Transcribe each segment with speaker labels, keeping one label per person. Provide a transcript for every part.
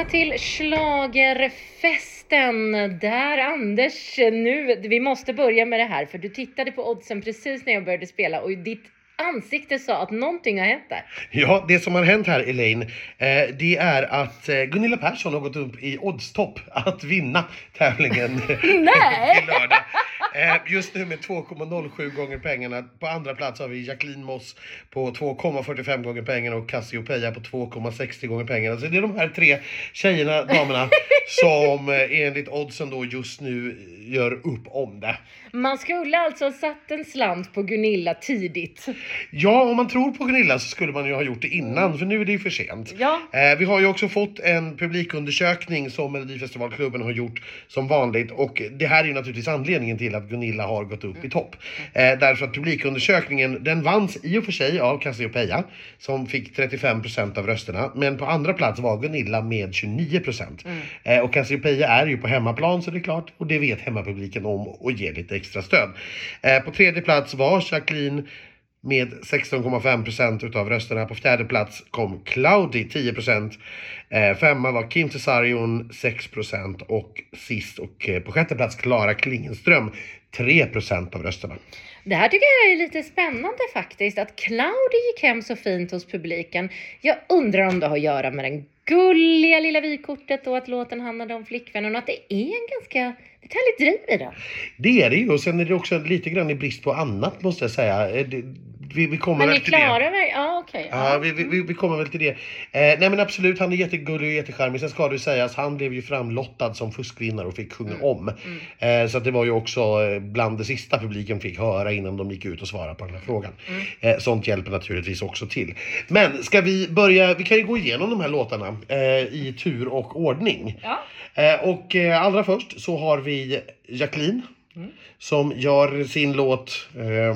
Speaker 1: till Schlagerfesten där Anders, vi måste börja med det här för du tittade på oddsen precis när jag började spela och ditt ansikte sa att någonting har hänt där.
Speaker 2: Ja, det som har hänt här, Elaine, det är att Gunilla Persson har gått upp i oddstopp att vinna tävlingen
Speaker 1: Nej!
Speaker 2: till lördag. Just nu med 2,07 gånger pengarna. På andra plats har vi Jacqueline Moss på 2,45 gånger pengarna och Cassiopeia på 2,60 gånger pengarna. Så det är de här tre tjejerna, damerna, som enligt oddsen då just nu gör upp om det.
Speaker 1: Man skulle alltså ha satt en slant på Gunilla tidigt.
Speaker 2: Ja, om man tror på Gunilla så skulle man ju ha gjort det innan, för nu är det ju för sent.
Speaker 1: Ja.
Speaker 2: Vi har ju också fått en publikundersökning som Melodifestivalklubben har gjort som vanligt. Och det här är ju naturligtvis anledningen till att Gunilla har gått upp i topp. Därför att publikundersökningen, den vanns i och för sig av Cassiopeia som fick 35% av rösterna. Men på andra plats var Gunilla med 29%. Och Cassiopeia är ju på hemmaplan så det är klart. Och det vet hemmapubliken om och ger lite extra stöd. På tredje plats var Jacqueline med 16,5% utav rösterna. På fjärde plats kom Cloudy 10%. Femma var Kim Cesarion 6% och sist och på sjätte plats Klara Klingenström 3% av rösterna.
Speaker 1: Det här tycker jag är lite spännande faktiskt, att Cloudy gick hem så fint hos publiken. Jag undrar om det har att göra med den gulliga lilla vykortet och att låten handlade om flickvännen och att det är en ganska ett härligt driv i det.
Speaker 2: Det är det ju, och sen är det också lite grann i brist på annat måste jag säga. Vi kommer
Speaker 1: men
Speaker 2: väl
Speaker 1: ni
Speaker 2: till det.
Speaker 1: klarar väl? Ja, okej.
Speaker 2: Ja, vi kommer väl till det. Nej men absolut, han är jättegullig och jättecharmig. Sen ska det ju sägas, han blev ju framlottad som fuskvinnare och fick sjunga om. Så att det var ju också bland det sista publiken fick höra innan de gick ut och svara på den här frågan. Sånt hjälper naturligtvis också till. Men ska vi börja, vi kan ju gå igenom de här låtarna i tur och ordning.
Speaker 1: Ja.
Speaker 2: Och allra först så har vi Jacqueline som gör sin låt...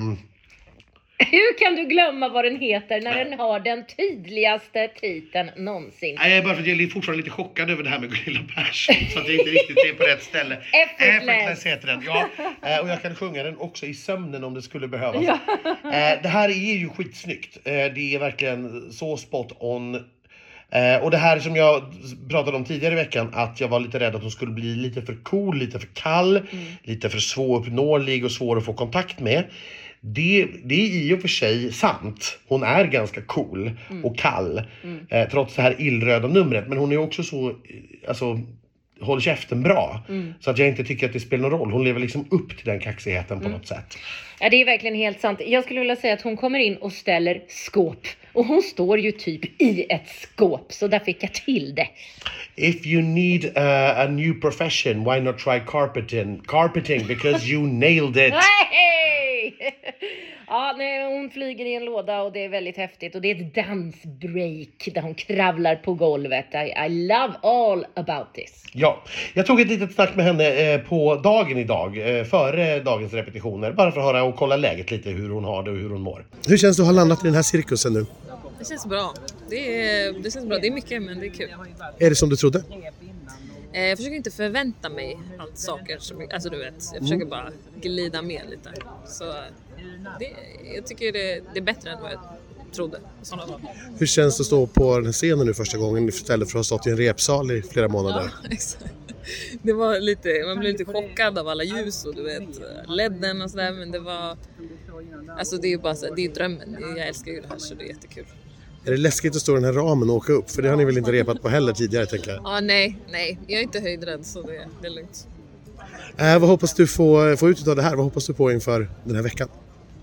Speaker 1: Hur kan du glömma vad den heter när den har den tydligaste titeln någonsin?
Speaker 2: Nej, bara för att jag är fortfarande lite chockad över det här med Gunilla Persson. Så att jag inte riktigt är på rätt ställe.
Speaker 1: Effortless
Speaker 2: heter den, ja. Och jag kan sjunga den också i sömnen om det skulle behövas.
Speaker 1: Ja.
Speaker 2: Det här är ju skitsnyggt. Det är verkligen så spot on. Och det här som jag pratade om tidigare i veckan, att jag var lite rädd att hon skulle bli lite för cool, lite för kall, lite för svåruppnåelig och svår att få kontakt med. Det är i och för sig sant. Hon är ganska cool och kall trots det här illröda numret. Men hon är också så, alltså, håller käften bra. Så att jag inte tycker att det spelar någon roll. Hon lever liksom upp till den kaxigheten på något sätt.
Speaker 1: Ja, det är verkligen helt sant. Jag skulle vilja säga att hon kommer in och ställer skåp. Och hon står ju typ i ett skåp. Så där fick jag till det.
Speaker 2: If you need a new profession, why not try carpeting because you nailed it.
Speaker 1: Nej! Ja, nej, hon flyger i en låda och det är väldigt häftigt. Och det är ett dansbreak där hon kravlar på golvet. I love all about this.
Speaker 2: Ja, jag tog ett litet snack med henne på dagen idag, före dagens repetitioner. Bara för att höra och kolla läget lite, hur hon har det och hur hon mår. Hur känns det att ha landat i den här cirkusen nu?
Speaker 3: Det känns bra. Det känns bra. Det är mycket, men det är kul.
Speaker 2: Är det som du trodde?
Speaker 3: Jag försöker inte förvänta mig allt saker som, alltså du vet, jag försöker bara glida med lite. Så jag tycker det är bättre än vad jag trodde.
Speaker 2: Hur känns det att stå på den här scenen nu första gången istället för att ha stått i en repsal i flera månader?
Speaker 3: Ja, exakt. Det var lite, man blev lite chockad av alla ljus och du vet, ledden och sådär, men det var, alltså det är ju bara så, det är drömmen. Jag älskar ju det här så det är jättekul. Är
Speaker 2: det läskigt att stå i den här ramen och åka upp? För det har ni väl inte repat på heller tidigare, tänker jag.
Speaker 3: Ja, nej. Jag är inte höjdrädd så det är lugnt.
Speaker 2: Vad hoppas du få ut av det här? Vad hoppas du på inför den här veckan?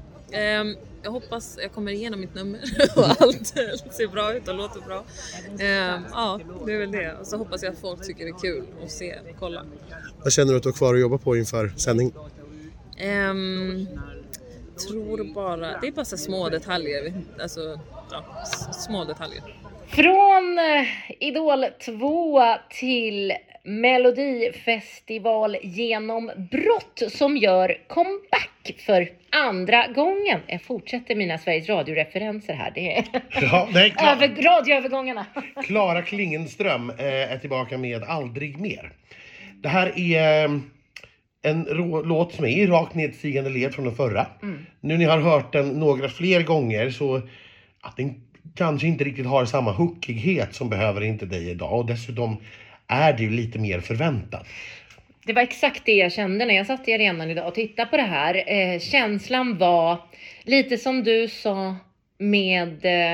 Speaker 3: Jag hoppas jag kommer igenom mitt nummer och allt ser bra ut och låter bra. Ja, det är väl det. Och så hoppas jag att folk tycker det är kul att se och kolla.
Speaker 2: Vad känner du att du har kvar att jobba på inför sändning?
Speaker 3: Tror bara, det är bara så små detaljer. Alltså, ja, små detaljer.
Speaker 1: Från Idol 2 till Melodifestival genombrott som gör comeback för andra gången. Jag fortsätter mina Sveriges Radio-referenser här. Det är radioövergångarna.
Speaker 2: Klara Klingenström är tillbaka med Aldrig mer. Det här är en låt som är i rakt nedstigande led från den förra. Nu ni har hört den några fler gånger så att kanske inte riktigt har samma hookighet som behöver inte dig idag. Och dessutom är det ju lite mer förväntat.
Speaker 1: Det var exakt det jag kände när jag satt i arenan idag och tittade på det här. Känslan var lite som du sa med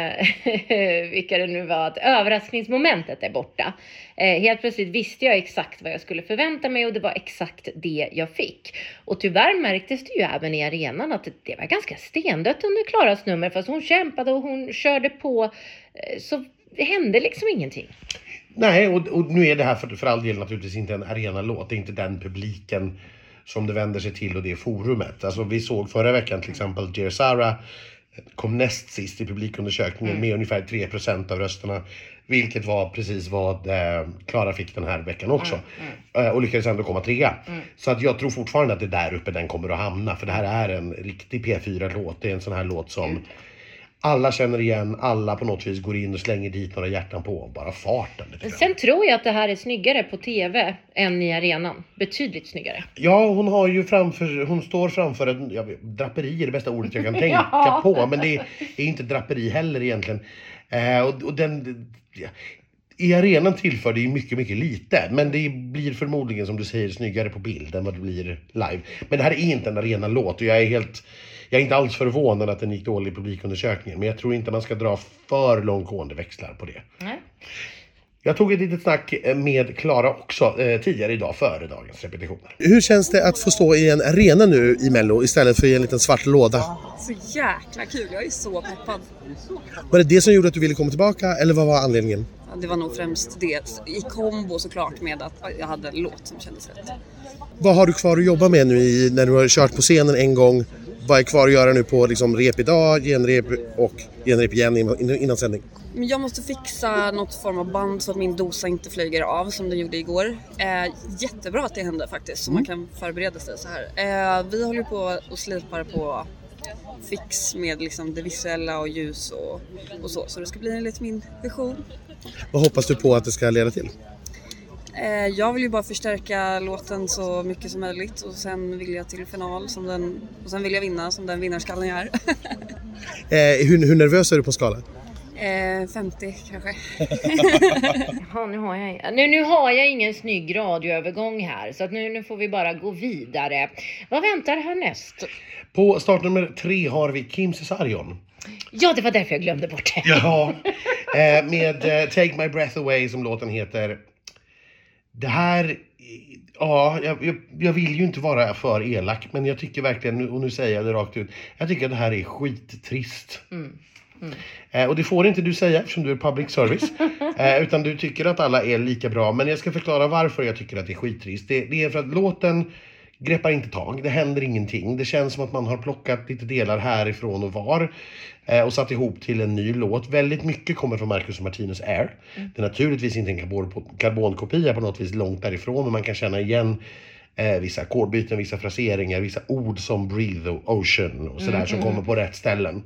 Speaker 1: vilka det nu var, att överraskningsmomentet är borta. Helt plötsligt visste jag exakt vad jag skulle förvänta mig och det var exakt det jag fick. Och tyvärr märktes det ju även i arenan att det var ganska stendött under Klaras nummer, fast hon kämpade och hon körde på, så det hände liksom ingenting.
Speaker 2: Nej, och nu är det här för all del naturligtvis inte en arenalåt. Det är inte den publiken som det vänder sig till och det forumet. Alltså vi såg förra veckan till exempel Jer Sara kom näst sist i publikundersökningen med ungefär 3% av rösterna. Vilket var precis vad Klara fick den här veckan också. Och lyckades ändå komma 3. Så att jag tror fortfarande att det är där uppe den kommer att hamna. För det här är en riktig P4-låt. Det är en sån här låt som alla känner igen, alla på något vis går in och slänger dit några hjärtan på. Bara farten.
Speaker 1: Sen tror jag att det här är snyggare på tv än i arenan. Betydligt snyggare.
Speaker 2: Ja, hon står framför draperi är det bästa ordet jag kan tänka på. Men det är inte draperi heller egentligen. Och den... Ja, i arenan tillför det ju mycket, mycket lite. Men det blir förmodligen, som du säger, snyggare på bild än vad det blir live. Men det här är inte en arenalåt och jag är inte alls förvånad att den gick dålig i publikundersökningen. Men jag tror inte man ska dra för långtgående växlar på det.
Speaker 1: Nej.
Speaker 2: Jag tog ett litet snack med Klara också tidigare idag före dagens repetitioner. Hur känns det att få stå i en arena nu i Mello istället för i en liten svart låda?
Speaker 3: Så jäkla kul, jag är så peppad.
Speaker 2: Var det som gjorde att du ville komma tillbaka eller vad var anledningen?
Speaker 3: Ja, det var nog främst det, i kombo såklart med att jag hade en låt som kändes rätt.
Speaker 2: Vad har du kvar att jobba med nu när du har kört på scenen en gång? Vad är kvar att göra nu på liksom rep idag, genrep och genrep igen innan sändning?
Speaker 3: Jag måste fixa något form av band så att min dosa inte flyger av som den gjorde igår. Jättebra att det hände faktiskt, så man kan förbereda sig så här. Vi håller på och slipar på fix med liksom det visuella och ljus och så det ska bli lite min vision.
Speaker 2: Vad hoppas du på att det ska leda till?
Speaker 3: Jag vill ju bara förstärka låten så mycket som möjligt och sen vill jag till final och sen vill jag vinna som den vinnarskallen jag är.
Speaker 2: Hur nervös är du på skala?
Speaker 3: 50 kanske.
Speaker 1: Ja, nu har jag ingen snygg radioövergång här, så att nu får vi bara gå vidare. Vad väntar härnäst?
Speaker 2: På startnummer 3 har vi Kim Cesarion.
Speaker 1: Ja, det var därför jag glömde bort det.
Speaker 2: Ja, med Take My Breath Away som låten heter. Det här, ja, jag vill ju inte vara för elak, men jag tycker verkligen, och nu säger jag det rakt ut, jag tycker att det här är skittrist. Och det får inte du säga eftersom du är public service, utan du tycker att alla är lika bra, men jag ska förklara varför jag tycker att det är skittrist. Det är för att låten greppar inte tag, det händer ingenting. Det känns som att man har plockat lite delar härifrån och var och satt ihop till en ny låt. Väldigt mycket kommer från Marcus och Martinus Air. Det är naturligtvis inte en karbonkopia på något vis långt därifrån, men man kan känna igen vissa ackordbyten, vissa fraseringar, vissa ord som breathe och ocean och sådär som kommer på rätt ställen.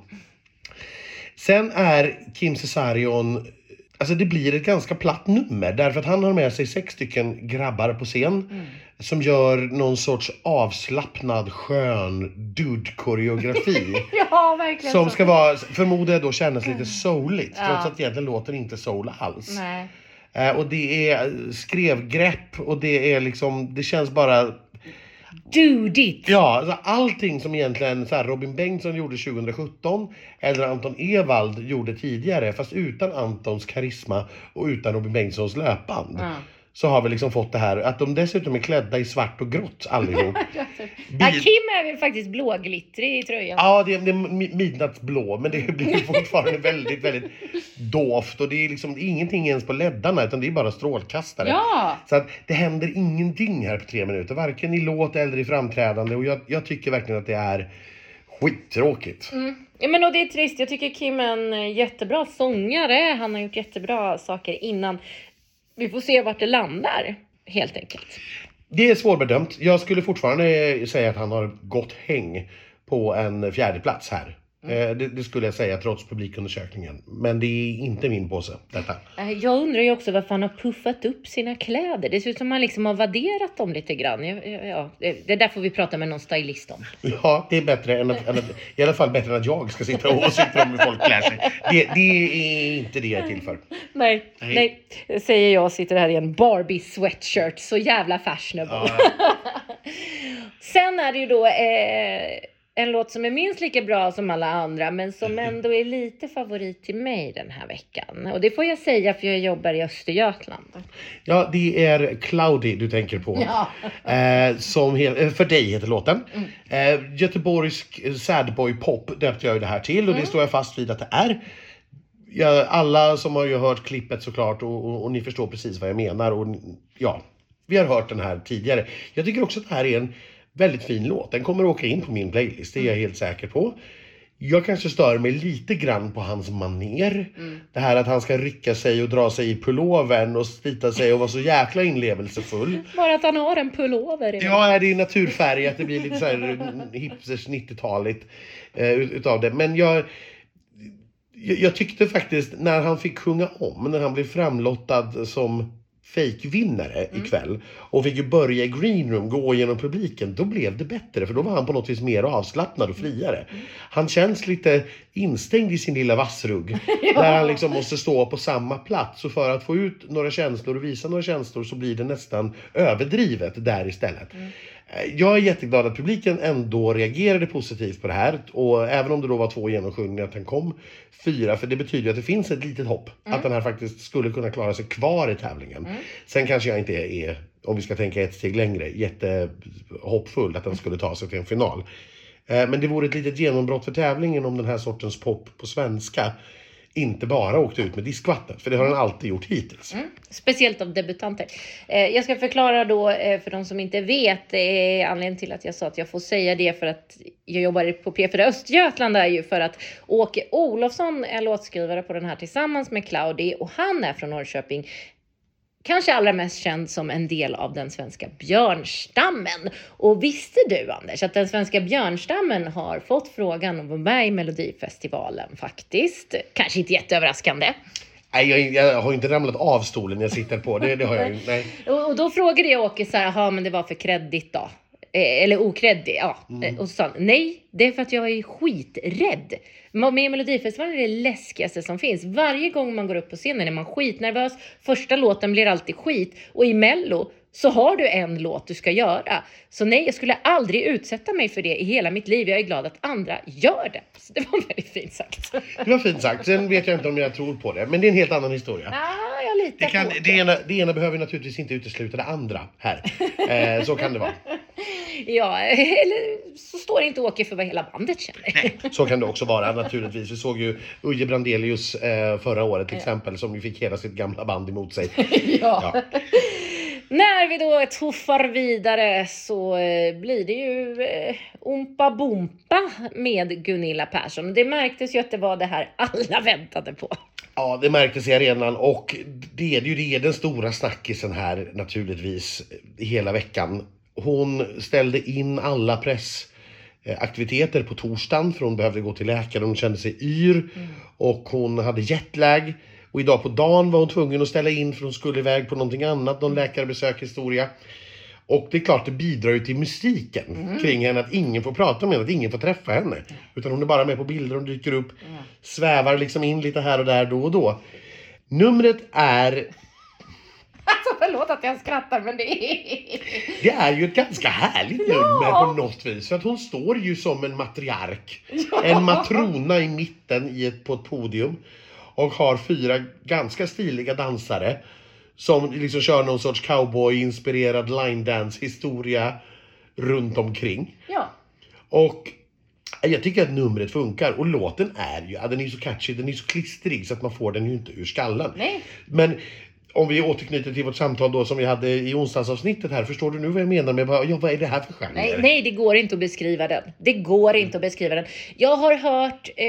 Speaker 2: Sen är Kim Cesarion, alltså det blir ett ganska platt nummer därför att han har med sig 6 stycken grabbar på scen som gör någon sorts avslappnad, skön dude-koreografi.
Speaker 1: Ja, verkligen.
Speaker 2: Som ska vara, förmodligen då kännas lite souligt, trots att egentligen låter inte soul alls.
Speaker 1: Nej.
Speaker 2: Och det är skrevgrepp och det är liksom, det känns bara...
Speaker 1: Dudigt.
Speaker 2: Ja, alltså allting som egentligen så här Robin Bengtsson gjorde 2017 eller Anton Ewald gjorde tidigare, fast utan Antons karisma och utan Robin Bengtssons löpband. Så har vi liksom fått det här att de dessutom är klädda i svart och grått allihop.
Speaker 1: Kim är väl faktiskt blåglittrig i tröjan.
Speaker 2: Ja, det är midnattsblå, men det blir fortfarande väldigt, väldigt dovt. Och det är liksom ingenting ens på leddarna, utan det är bara strålkastare.
Speaker 1: Ja.
Speaker 2: Så att det händer ingenting här på 3 minuter, varken i låt eller i framträdande. Och jag tycker verkligen att det är skittråkigt.
Speaker 1: Ja, men och det är trist. Jag tycker Kim är en jättebra sångare. Han har gjort jättebra saker innan. Vi får se vart det landar, helt enkelt.
Speaker 2: Det är svårbedömt. Jag skulle fortfarande säga att han har gått häng på en 4:e plats här. Det skulle jag säga trots publikundersökningen. Men det är inte min påse, detta.
Speaker 1: Jag undrar ju också varför han har puffat upp sina kläder. Det ser ut som man liksom har vadderat dem lite grann. Ja, det där får vi prata med någon stylist om.
Speaker 2: Ja, det är bättre än att i alla fall bättre än att jag ska sitta och åsikter om hur folk klär sig. Det är inte det jag är till för.
Speaker 1: Nej, säger jag, sitter här i en Barbie sweatshirt. Så jävla fashionable. Ja. Sen är det ju då en låt som är minst lika bra som alla andra, men som ändå är lite favorit till mig den här veckan. Och det får jag säga, för jag jobbar i Östergötland.
Speaker 2: Ja, det är Cloudy du tänker på. Ja. För dig heter låten. Göteborgsk sadboy pop döpte jag ju det här till, och det står jag fast vid att det är. Ja, alla som har ju hört klippet såklart, och ni förstår precis vad jag menar. Och ja, vi har hört den här tidigare. Jag tycker också att det här är en väldigt fin låt. Den kommer att åka in på min playlist, det är jag helt säker på. Jag kanske stör mig lite grann på hans maner. Det här att han ska rycka sig och dra sig i pullovern och slita sig och vara så jäkla inlevelsefull.
Speaker 1: Bara att han har en pullover.
Speaker 2: Ja, det är naturfärg, att det blir lite så här hipsters 90-taligt utav det. Men jag tyckte faktiskt, när han fick sjunga om, när han blev framlottad som fake-vinnare ikväll och fick ju börja i green room, gå igenom publiken, då blev det bättre, för då var han på något vis mer avslappnad och friare. Han känns lite instängd i sin lilla vassrugg där han liksom måste stå på samma plats, och för att få ut några känslor och visa några känslor så blir det nästan överdrivet där istället. Jag är jätteglad att publiken ändå reagerade positivt på det här, och även om det då var 2 genomsjungningar, att den kom 4, för det betyder ju att det finns ett litet hopp att den här faktiskt skulle kunna klara sig kvar i tävlingen. Sen kanske jag inte är, om vi ska tänka ett steg längre, jättehoppfull att den skulle ta sig till en final. Men det vore ett litet genombrott för tävlingen om den här sortens pop på svenska inte bara åkte ut med diskvattnet, för det har den alltid gjort hittills.
Speaker 1: Speciellt av debutanter. Jag ska förklara då för de som inte vet, anledningen till att jag sa att jag får säga det, för att jag jobbar på P4 Östergötland, är ju för att Åke Olofsson är låtskrivare på den här tillsammans med Cloudy, och han är från Norrköping. Kanske allra mest känd som en del av den svenska björnstammen. Och visste du, Anders, att den svenska björnstammen har fått frågan om att vara med i Melodifestivalen faktiskt? Kanske inte jätteöverraskande.
Speaker 2: Nej, jag har inte ramlat av stolen jag sitter på. Det har jag inte.
Speaker 1: Och då frågade jag Åke så här, men det var för kreddigt då? Eller okreddig, ja. Och så sa han, nej, det är för att jag är skiträdd. Med i Melodifestivalen är det läskigaste som finns. Varje gång man går upp på scenen är man skitnervös. Första låten blir alltid skit. Och i Mello så har du en låt du ska göra. Så nej, jag skulle aldrig utsätta mig för det i hela mitt liv. Jag är glad att andra gör det. Så det var väldigt fint sagt.
Speaker 2: Det var fint sagt. Sen vet jag inte om jag tror på det. Men det är en helt annan historia.
Speaker 1: Jag litar på
Speaker 2: det ena behöver naturligtvis inte utesluta det andra här. Så kan det vara.
Speaker 1: Ja, eller så står inte Åke för vad hela bandet känner.
Speaker 2: Nej, så kan det också vara naturligtvis. Vi såg ju Uje Brandelius förra året till exempel, som ju fick hela sitt gamla band emot sig.
Speaker 1: Ja. När vi då tuffar vidare så blir det ju Ompa Bompa med Gunilla Persson. Det märktes ju att det var det här alla väntade på.
Speaker 2: Ja, det märktes i arenan, och det är ju den stora snackisen här naturligtvis hela veckan. Hon ställde in alla pressaktiviteter på torsdagen, för hon behövde gå till läkaren. Hon kände sig yr och hon hade jetlag. Och idag på dagen var hon tvungen att ställa in, för hon skulle iväg på någonting annat, någon läkarbesökhistoria. Och det är klart, det bidrar ju till mystiken kring henne, att ingen får prata med henne, att ingen får träffa henne. Utan hon är bara med på bilder, hon dyker upp, svävar liksom in lite här och där då och då. Numret är...
Speaker 1: Alltså förlåt att jag skrattar, men
Speaker 2: det är ju ett ganska härligt nummer på något vis. För att hon står ju som en matriark. En matrona i mitten på ett podium. Och har 4 ganska stiliga dansare som liksom kör någon sorts cowboy-inspirerad line dance-historia runt omkring.
Speaker 1: Ja.
Speaker 2: Och jag tycker att numret funkar. Och låten är ju, den är så catchy, den är så klistrig så att man får den ju inte ur skallen.
Speaker 1: Nej.
Speaker 2: Men om vi återknyter till vårt samtal då som vi hade i onsdagsavsnittet här. Förstår du nu vad jag menar med vad är det här för genre?
Speaker 1: Nej, det går inte att beskriva den. Det går inte att beskriva den. Jag har hört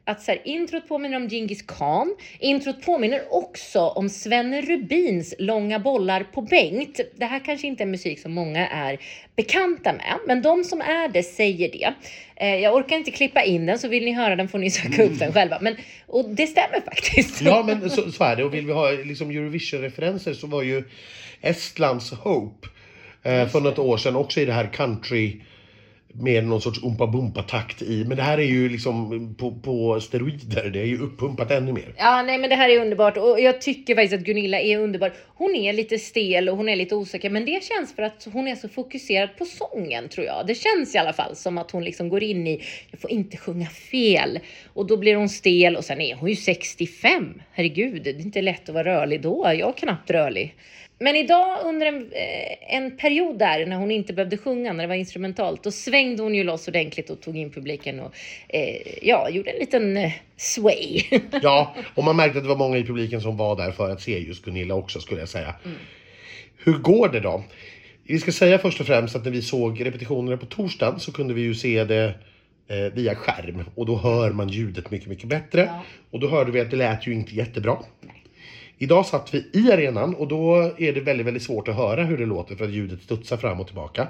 Speaker 1: att så här, introt påminner om Genghis Khan. Introt påminner också om Svenne Rubins Långa bollar på Bengt. Det här kanske inte är musik som många är bekanta med, men de som är det säger det. Jag orkar inte klippa in den, så vill ni höra den får ni söka upp den själva. Och det stämmer faktiskt.
Speaker 2: Ja, men så är det. Och vill vi ha liksom Eurovision-referenser så var ju Estlands Hope för något år sedan också i det här country med någon sorts umpa-bumpa-takt i. Men det här är ju liksom på steroider. Det är ju uppumpat ännu mer.
Speaker 1: Ja, nej, men det här är underbart. Och jag tycker faktiskt att Gunilla är underbar. Hon är lite stel och hon är lite osäker. Men det känns för att hon är så fokuserad på sången, tror jag. Det känns i alla fall som att hon liksom går in i, jag får inte sjunga fel. Och då blir hon stel. Och sen är hon ju 65. Herregud, det är inte lätt att vara rörlig då. Jag är knappt rörlig. Men idag under en period där när hon inte behövde sjunga, när det var instrumentalt, då svängde hon ju loss ordentligt och tog in publiken och gjorde en liten sway.
Speaker 2: Ja, och man märkte att det var många i publiken som var där för att se just Gunilla också, skulle jag säga. Hur går det då? Vi ska säga först och främst att när vi såg repetitionerna på torsdagen så kunde vi ju se det via skärm. Och då hör man ljudet mycket, mycket bättre. Ja. Och då hörde vi att det lät ju inte jättebra. Nej. Idag satt vi i arenan och då är det väldigt, väldigt svårt att höra hur det låter för att ljudet studsar fram och tillbaka.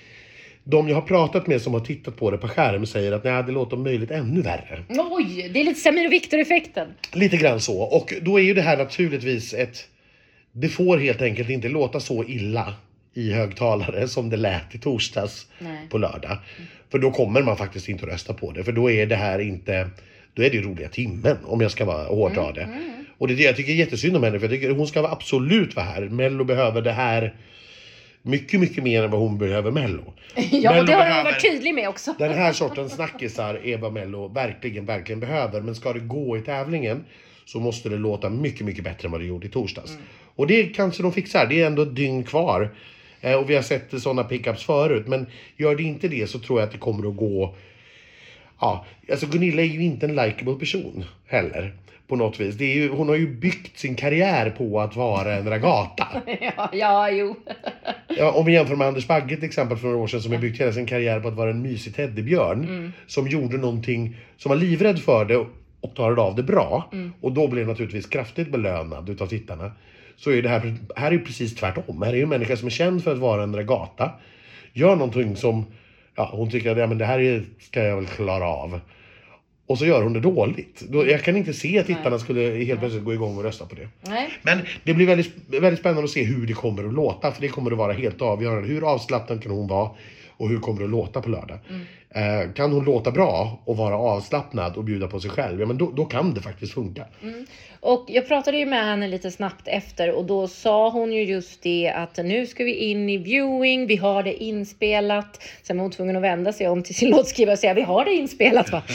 Speaker 2: De jag har pratat med som har tittat på det på skärm säger att det låter om möjligt ännu värre.
Speaker 1: Oj, det är lite Samir och Viktor-effekten. Lite
Speaker 2: grann så. Och då är ju det här naturligtvis det får helt enkelt inte låta så illa i högtalare som det lät i torsdags på lördag. För då kommer man faktiskt inte att rösta på det. För då är det här inte... Då är det ju roliga timmen, om jag ska vara hårdra det. Och det jag tycker är jättesynd om henne, för jag tycker hon ska absolut vara här. Mello behöver det här mycket, mycket mer än vad hon behöver Mello.
Speaker 1: Ja, Mello det har hon varit tydlig med också.
Speaker 2: Den här sortens snackisar är vad Mello verkligen, verkligen behöver. Men ska det gå i tävlingen så måste det låta mycket, mycket bättre än vad det gjorde i torsdags. Och det kanske de fixar, det är ändå ett dygn kvar. Och vi har sett sådana pickups förut. Men gör det inte det så tror jag att det kommer att gå... Ja, alltså Gunilla är ju inte en likeable person heller på något vis. Det är ju, hon har ju byggt sin karriär på att vara en ragata.
Speaker 1: Jo.
Speaker 2: Ja, om vi jämför med Anders Bagge till exempel för några år sedan som har byggt hela sin karriär på att vara en mysig teddybjörn. Som gjorde någonting, som var livrädd för det och klarade av det bra. Och då blev naturligtvis kraftigt belönad utav tittarna. Så är det här är ju precis tvärtom. Här är ju en människa som är känd för att vara en ragata. Gör någonting som... Ja, hon tycker att men det här ska jag väl klara av. Och så gör hon det dåligt. Jag kan inte se att tittarna skulle helt plötsligt gå igång och rösta på det. Nej. Men det blir väldigt, väldigt spännande att se hur det kommer att låta. För det kommer att vara helt avgörande. Hur avslappnad kan hon vara? Och hur kommer det att låta på lördag? Kan hon låta bra och vara avslappnad och bjuda på sig själv? Ja, men då kan det faktiskt funka.
Speaker 1: Och jag pratade ju med henne lite snabbt efter. Och då sa hon ju just det att nu ska vi in i viewing. Vi har det inspelat. Sen var hon tvungen att vända sig om till sin låtskrivare och säga vi har det inspelat va?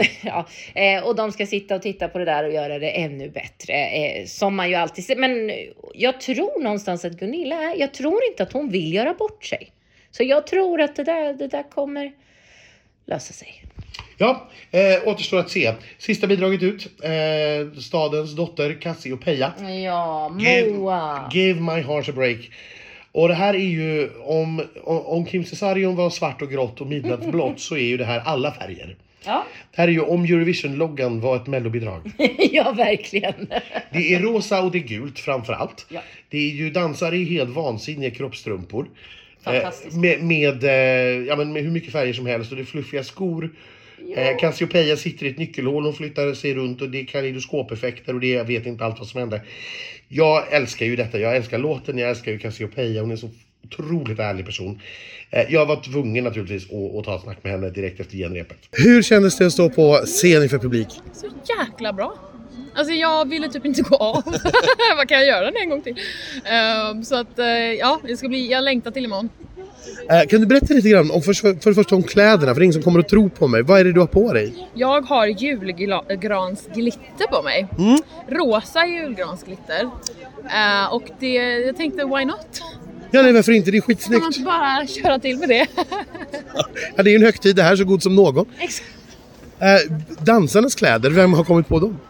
Speaker 1: Och de ska sitta och titta på det där och göra det ännu bättre. Som man ju alltid ser. Men jag tror någonstans att Gunilla jag tror inte att hon vill göra bort sig. Så jag tror att det där kommer lösa sig.
Speaker 2: Ja, återstår att se. Sista bidraget ut. Stadens dotter, Cassiopeia.
Speaker 1: Ja, Moa.
Speaker 2: Give my heart a break. Och det här är ju, om Kim Cesarion var svart och grått och midnattsblått så är ju det här alla färger. Ja. Det här är ju om Eurovision-loggan var ett mellobidrag.
Speaker 1: Ja, verkligen.
Speaker 2: Det är rosa och det är gult framförallt. Ja. Det är ju dansare i helt vansinniga kroppstrumpor.
Speaker 1: Fantastiskt.
Speaker 2: Med hur mycket färger som helst och det är fluffiga skor. Ja. Cassiopeia sitter i ett nyckelhål och flyttar sig runt och det är kaleidoskopeffekter och det jag vet inte allt vad som händer. Jag älskar ju detta, jag älskar låten, jag älskar ju Cassiopeia, hon är så otroligt ärlig person. Jag var tvungen naturligtvis att ta ett snack med henne direkt efter genrepet. Hur kändes det att stå på scen inför publik?
Speaker 3: Så jäkla bra. Alltså jag ville typ inte gå av. Vad kan jag göra en gång till? Så att jag längtar till imorgon.
Speaker 2: Kan du berätta lite grann om för det första om kläderna? För det är ingen som kommer att tro på mig. Vad är det du har på dig?
Speaker 3: Jag har julgransglitter på mig. Rosa julgransglitter. Och jag tänkte, why not?
Speaker 2: Ja, nej, varför inte? Det är skitsnyggt.
Speaker 3: Kan man inte bara köra till med det?
Speaker 2: Ja, det är ju en högtid. Det här är så god som någon.
Speaker 3: Exakt.
Speaker 2: Dansarnas kläder, vem har kommit på dem?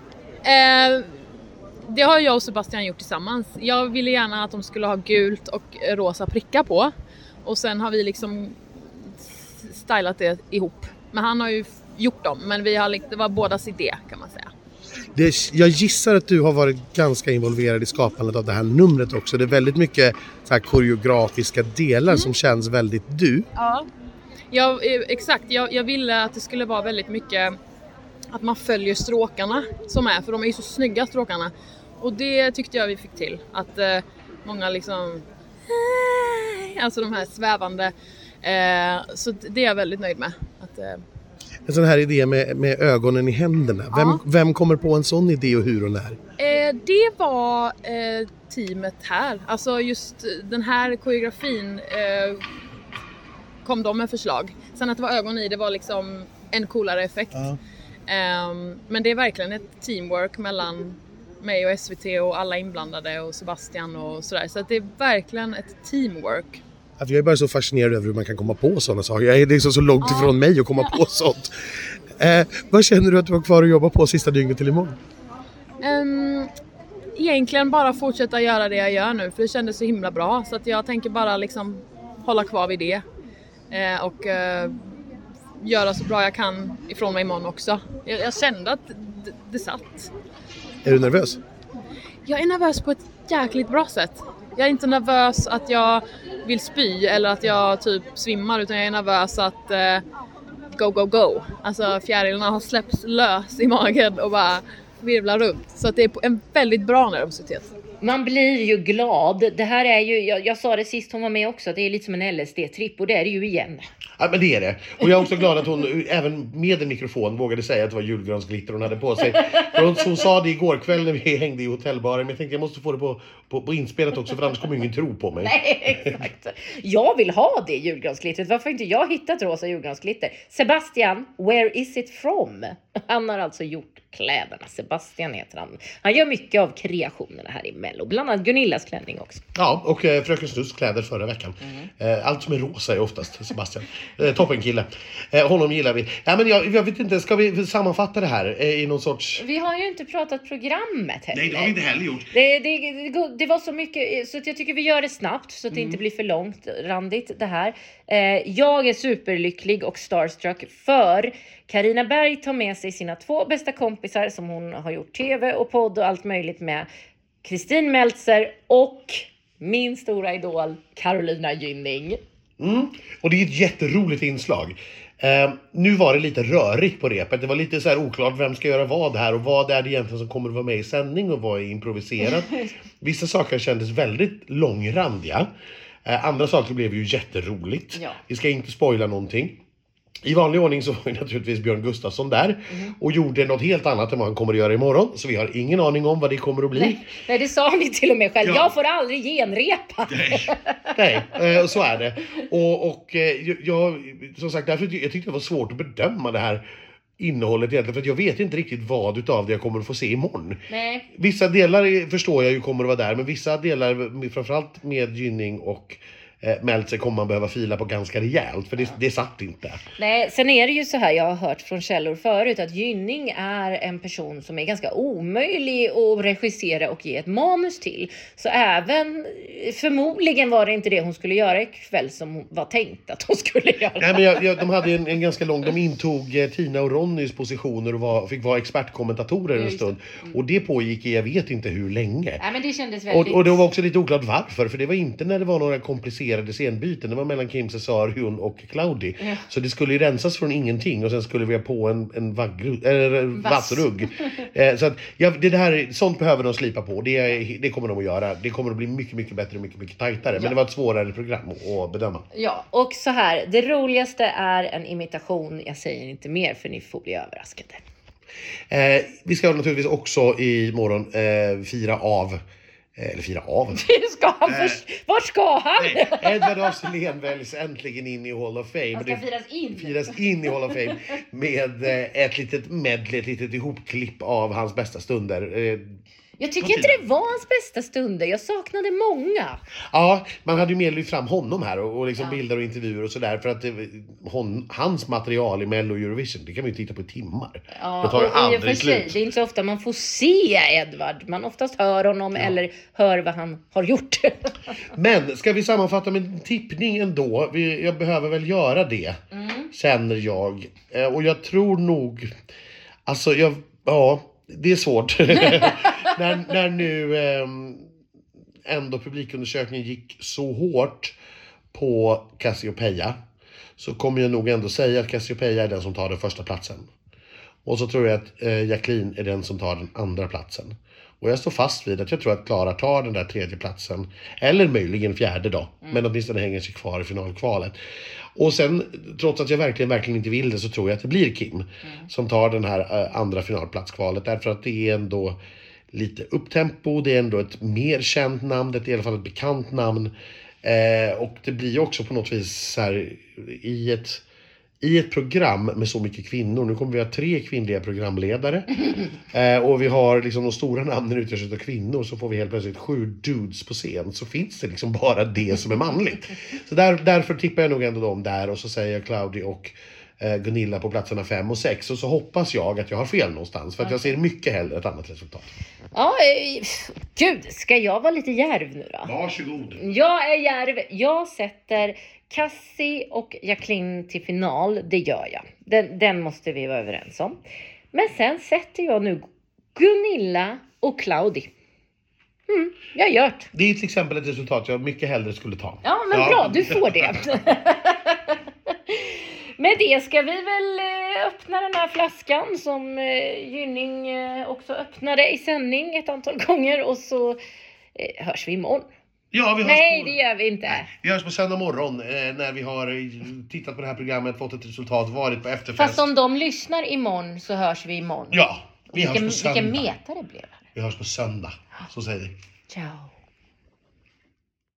Speaker 3: Det har jag och Sebastian gjort tillsammans. Jag ville gärna att de skulle ha gult och rosa prickar på. Och sen har vi liksom stylat det ihop. Men han har ju gjort dem. Men det var bådas idé kan man säga.
Speaker 2: Jag gissar att du har varit ganska involverad i skapandet av det här numret också. Det är väldigt mycket så här koreografiska delar som känns väldigt du.
Speaker 3: Ja, exakt. Jag ville att det skulle vara väldigt mycket att man följer stråkarna som är. För de är ju så snygga stråkarna. Och det tyckte jag vi fick till. Att många liksom... Alltså de här svävande. Så det är jag väldigt nöjd med.
Speaker 2: En sån här idé med ögonen i händerna. Vem kommer på en sån idé och hur och när?
Speaker 3: Det var teamet här. Alltså just den här koreografin kom de med förslag. Sen att det var ögon i, det var liksom en coolare effekt. Men det är verkligen ett teamwork mellan mig och SVT och alla inblandade och Sebastian och sådär. Så att det är verkligen ett teamwork.
Speaker 2: Jag är bara så fascinerad över hur man kan komma på sådana saker. Det är liksom så långt ifrån mig att komma på sånt. Vad känner du att du har kvar att jobba på sista dygnet till imorgon?
Speaker 3: Egentligen bara fortsätta göra det jag gör nu. För det kändes så himla bra. Så att jag tänker bara liksom hålla kvar vid det. Och göra så bra jag kan ifrån mig imorgon också. Jag kände att det satt.
Speaker 2: Är du nervös?
Speaker 3: Jag är nervös på ett jäkligt bra sätt. Jag är inte nervös att jag vill spy eller att jag typ svimmar, utan jag är nervös att go. Alltså fjärilarna har släppts lös i magen och bara virvlar runt. Så att det är en väldigt bra nervositet.
Speaker 1: Man blir ju glad. Det här är ju, jag sa det sist hon var med också, att det är lite som en LSD-tripp, och det är det ju igen.
Speaker 2: Ja, men det är det. Och jag är också glad att hon även med en mikrofon vågade säga att det var julgransglitter hon hade på sig. För hon sa det igår kväll när vi hängde i hotellbaren, men jag tänkte jag måste få det på inspelat också, för annars kommer ingen tro på mig.
Speaker 1: Nej, exakt. Jag vill ha det julgransglittret. Varför har inte jag hittat rosa julgransglitter? Sebastian, where is it from? Han har alltså gjort kläderna. Sebastian heter han. Han gör mycket av kreationerna här i Mello. Bland annat Gunillas klänning också.
Speaker 2: Ja, och Fröken Snus kläder förra veckan. Allt som är rosa är oftast Sebastian. Toppen kille. Honom gillar vi. Ja, men jag vet inte, ska vi sammanfatta det här i någon sorts...
Speaker 1: Vi har ju inte pratat programmet heller.
Speaker 2: Nej, det har vi inte heller gjort.
Speaker 1: Det var så mycket, så att jag tycker vi gör det snabbt så att det inte blir för långt randigt det här. Jag är superlycklig och starstruck för Carina Berg tar med sig sina 2 bästa kompisar som hon har gjort tv och podd och allt möjligt med. Kristin Meltzer och min stora idol Carolina Gynning.
Speaker 2: Och det är ett jätteroligt inslag. Nu var det lite rörigt på repet. Det var lite så här oklart vem ska göra vad här och vad är det egentligen som kommer att vara med i sändning och vad är improviserat. Vissa saker kändes väldigt långrandiga. Andra saker blev ju jätteroligt. Ja. Vi ska inte spoila någonting. I vanlig ordning så var ju naturligtvis Björn Gustafsson där och gjorde något helt annat än vad han kommer att göra imorgon. Så vi har ingen aning om vad det kommer att bli.
Speaker 1: Nej, det sa ni till och med själv. Ja. Jag får aldrig genrepa.
Speaker 2: Nej, så är det. Och jag, som sagt, därför jag tyckte det var svårt att bedöma det här innehållet egentligen, för att jag vet inte riktigt vad utav det jag kommer att få se imorgon. Nej. Vissa delar förstår jag ju kommer att vara där, men vissa delar, framförallt med Gynning och Meltzer, kommer man behöva fila på ganska rejält, för det satt inte.
Speaker 1: Nej, sen är det ju så här, jag har hört från källor förut att Gynning är en person som är ganska omöjlig att regissera och ge ett manus till. Så även, förmodligen var det inte det hon skulle göra ikväll som var tänkt att hon skulle göra.
Speaker 2: Nej, men de hade en ganska lång, de intog Tina och Ronnys positioner och fick vara expertkommentatorer en stund. Och det pågick jag vet inte hur länge.
Speaker 1: Nej, men det kändes väldigt...
Speaker 2: Och det var också lite oklart varför, för det var inte när det var några komplicerade scenbyten. Det var mellan Kim Cesarion och Claudi. Ja. Så det skulle ju rensas från ingenting och sen skulle vi ha på en vassrugg. Så att, det här, sånt behöver de slipa på. Det kommer de att göra. Det kommer att bli mycket, mycket bättre och mycket, mycket tajtare. Ja. Men det var ett svårare program att bedöma.
Speaker 1: Ja, och så här. Det roligaste är en imitation. Jag säger inte mer för ni får bli överraskade.
Speaker 2: Vi ska naturligtvis också imorgon fira av.
Speaker 1: Vart ska han?
Speaker 2: Nej, Edvard af Sillén väljs äntligen in i Hall of Fame.
Speaker 1: Han ska
Speaker 2: firas in i Hall of Fame med ett litet medley, ett litet ihopklipp av hans bästa stunder.
Speaker 1: Jag tycker inte det var hans bästa stunder. Jag saknade många.
Speaker 2: Ja, man hade ju mer lyft fram honom här och liksom bilder och intervjuer och sådär. För att hans material i Mello Eurovision, det kan vi ju titta på i timmar.
Speaker 1: Ja,
Speaker 2: det tar ju aldrig slut.
Speaker 1: Det är inte så ofta man får se Edvard. Man oftast hör honom eller hör vad han har gjort.
Speaker 2: Men ska vi sammanfatta med en tippning ändå? Jag behöver väl göra det. känner jag. Och jag tror nog, alltså det är svårt. när nu ändå publikundersökningen gick så hårt på Cassiopeia, så kommer jag nog ändå säga att Cassiopeia är den som tar den första platsen. Och så tror jag att Jacqueline är den som tar den andra platsen. Och jag står fast vid att jag tror att Klara tar den där tredje platsen. Eller möjligen fjärde då. Men åtminstone hänger sig kvar i finalkvalet. Och sen, trots att jag verkligen inte vill det, så tror jag att det blir Kim. Som tar den här andra finalplatskvalet. Därför att det är ändå lite upptempo. Det är ändå ett mer känt namn. Det är i alla fall ett bekant namn. Och det blir också på något vis så här, i ett program med så mycket kvinnor. Nu kommer vi ha 3 kvinnliga programledare. Och vi har liksom de stora namnen utgörs av kvinnor. Så får vi helt plötsligt 7 dudes på scen. Så finns det liksom bara det som är manligt. Så därför tippar jag nog ändå dem där. Och så säger jag Claudi och Gunilla på platserna 5 och 6. Och så hoppas jag att jag har fel någonstans. För att jag ser mycket hellre ett annat resultat.
Speaker 1: Ja, gud, ska jag vara lite järv nu då?
Speaker 2: Varsågod.
Speaker 1: Jag är järv. Jag sätter Cassie och Jacqueline till final. Det gör jag. Den måste vi vara överens om. Men sen sätter jag nu Gunilla och Claudi. Jag gör det.
Speaker 2: Det är till exempel ett resultat jag mycket hellre skulle ta.
Speaker 1: Ja, men bra. Du får det. Med det ska vi väl öppna den här flaskan som Gynning också öppnade i sändning ett antal gånger. Och så hörs vi imorgon.
Speaker 2: Ja,
Speaker 1: Nej, det gör vi inte.
Speaker 2: Vi hörs på söndag morgon när vi har tittat på det här programmet, fått ett resultat, varit på efterfest.
Speaker 1: Fast om de lyssnar imorgon så hörs vi imorgon.
Speaker 2: Ja, vi hörs på söndag.
Speaker 1: Vilken meta det blev.
Speaker 2: Vi hörs på söndag, så säger vi.
Speaker 1: Ciao.